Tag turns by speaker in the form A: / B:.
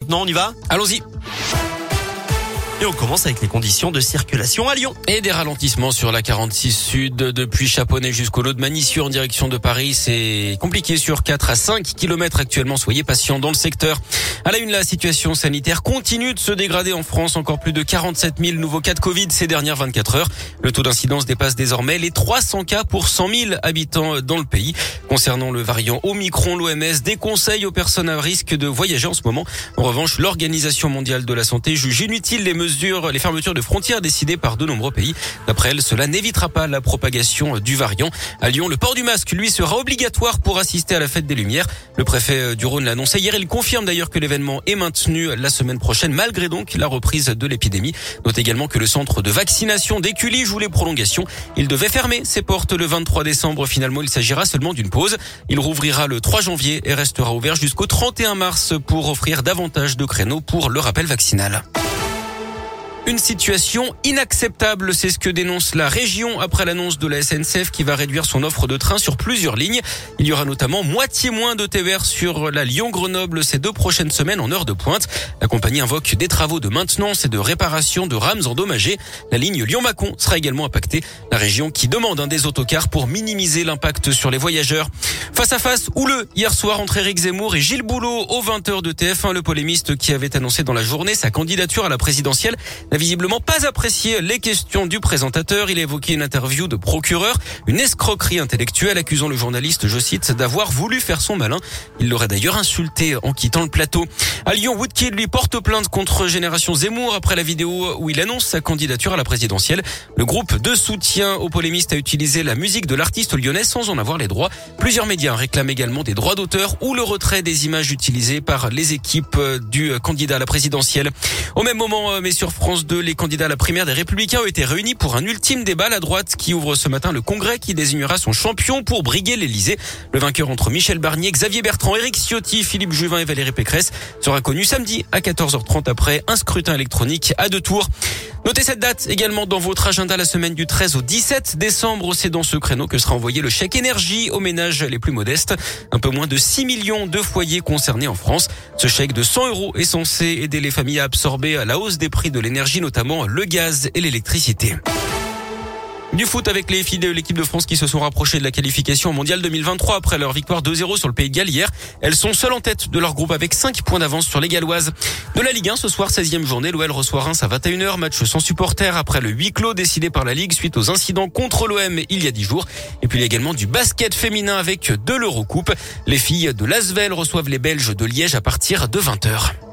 A: maintenant, on y va ?
B: Allons-y.
A: Et on commence avec les conditions de circulation à Lyon.
B: Et des ralentissements sur la 46 Sud depuis Chaponnay jusqu'au lot de Manissure en direction de Paris. C'est compliqué sur 4 à 5 kilomètres actuellement. Soyez patients dans le secteur. À la une, la situation sanitaire continue de se dégrader en France. Encore plus de 47 000 nouveaux cas de Covid ces dernières 24 heures. Le taux d'incidence dépasse désormais les 300 cas pour 100 000 habitants dans le pays. Concernant le variant Omicron, l'OMS déconseille aux personnes à risque de voyager en ce moment. En revanche, l'Organisation mondiale de la santé juge inutile les fermetures de frontières décidées par de nombreux pays. D'après elle, cela n'évitera pas la propagation du variant. À Lyon, le port du masque, lui, sera obligatoire pour assister à la fête des Lumières. Le préfet du Rhône l'a annoncé hier. Il confirme d'ailleurs que l'événement est maintenu la semaine prochaine, malgré donc la reprise de l'épidémie. Note également que le centre de vaccination d'Écully joue les prolongations. Il devait fermer ses portes le 23 décembre. Finalement, il s'agira seulement d'une pause. Il rouvrira le 3 janvier et restera ouvert jusqu'au 31 mars pour offrir davantage de créneaux pour le rappel vaccinal. Une situation inacceptable, c'est ce que dénonce la région après l'annonce de la SNCF qui va réduire son offre de train sur plusieurs lignes. Il y aura notamment moitié moins de TER sur la Lyon-Grenoble ces 2 prochaines semaines en heure de pointe. La compagnie invoque des travaux de maintenance et de réparation de rames endommagées. La ligne Lyon-Mâcon sera également impactée. La région qui demande des autocars pour minimiser l'impact sur les voyageurs. Face à face, houleux hier soir entre Éric Zemmour et Gilles Boulot aux 20h de TF1. Le polémiste qui avait annoncé dans la journée sa candidature à la présidentielle n'a visiblement pas apprécié les questions du présentateur. Il a évoqué une interview de procureur, une escroquerie intellectuelle accusant le journaliste, je cite, d'avoir voulu faire son malin. Il l'aurait d'ailleurs insulté en quittant le plateau. À Lyon, Woodkid lui porte plainte contre Génération Zemmour après la vidéo où il annonce sa candidature à la présidentielle. Le groupe de soutien au polémiste a utilisé la musique de l'artiste lyonnais sans en avoir les droits. Plusieurs médias réclament également des droits d'auteur ou le retrait des images utilisées par les équipes du candidat à la présidentielle. Au même moment, mais sur France 2, les candidats à la primaire des Républicains ont été réunis pour un ultime débat. La droite qui ouvre ce matin le congrès qui désignera son champion pour briguer l'Elysée. Le vainqueur entre Michel Barnier, Xavier Bertrand, Éric Ciotti, Philippe Juvin et Valérie Pécresse sera connu samedi à 14h30 après un scrutin électronique à 2 tours. Notez cette date également dans votre agenda, la semaine du 13 au 17 décembre. C'est dans ce créneau que sera envoyé le chèque énergie aux ménages les plus modestes. Un peu moins de 6 millions de foyers concernés en France. Ce chèque de 100 € est censé aider les familles à absorber la hausse des prix de l'énergie, notamment le gaz et l'électricité. Du foot avec les filles de l'équipe de France qui se sont rapprochées de la qualification au mondial 2023 après leur victoire 2-0 sur le Pays de Galles hier. Elles sont seules en tête de leur groupe avec 5 points d'avance sur les Galloises. De la Ligue 1 ce soir, 16e journée, l'OL reçoit Reims à 21h, match sans supporters après le huis clos décidé par la Ligue suite aux incidents contre l'OM il y a 10 jours. Et puis il y a également du basket féminin avec de l'Eurocoupe. Les filles de l'Asvel reçoivent les Belges de Liège à partir de 20h.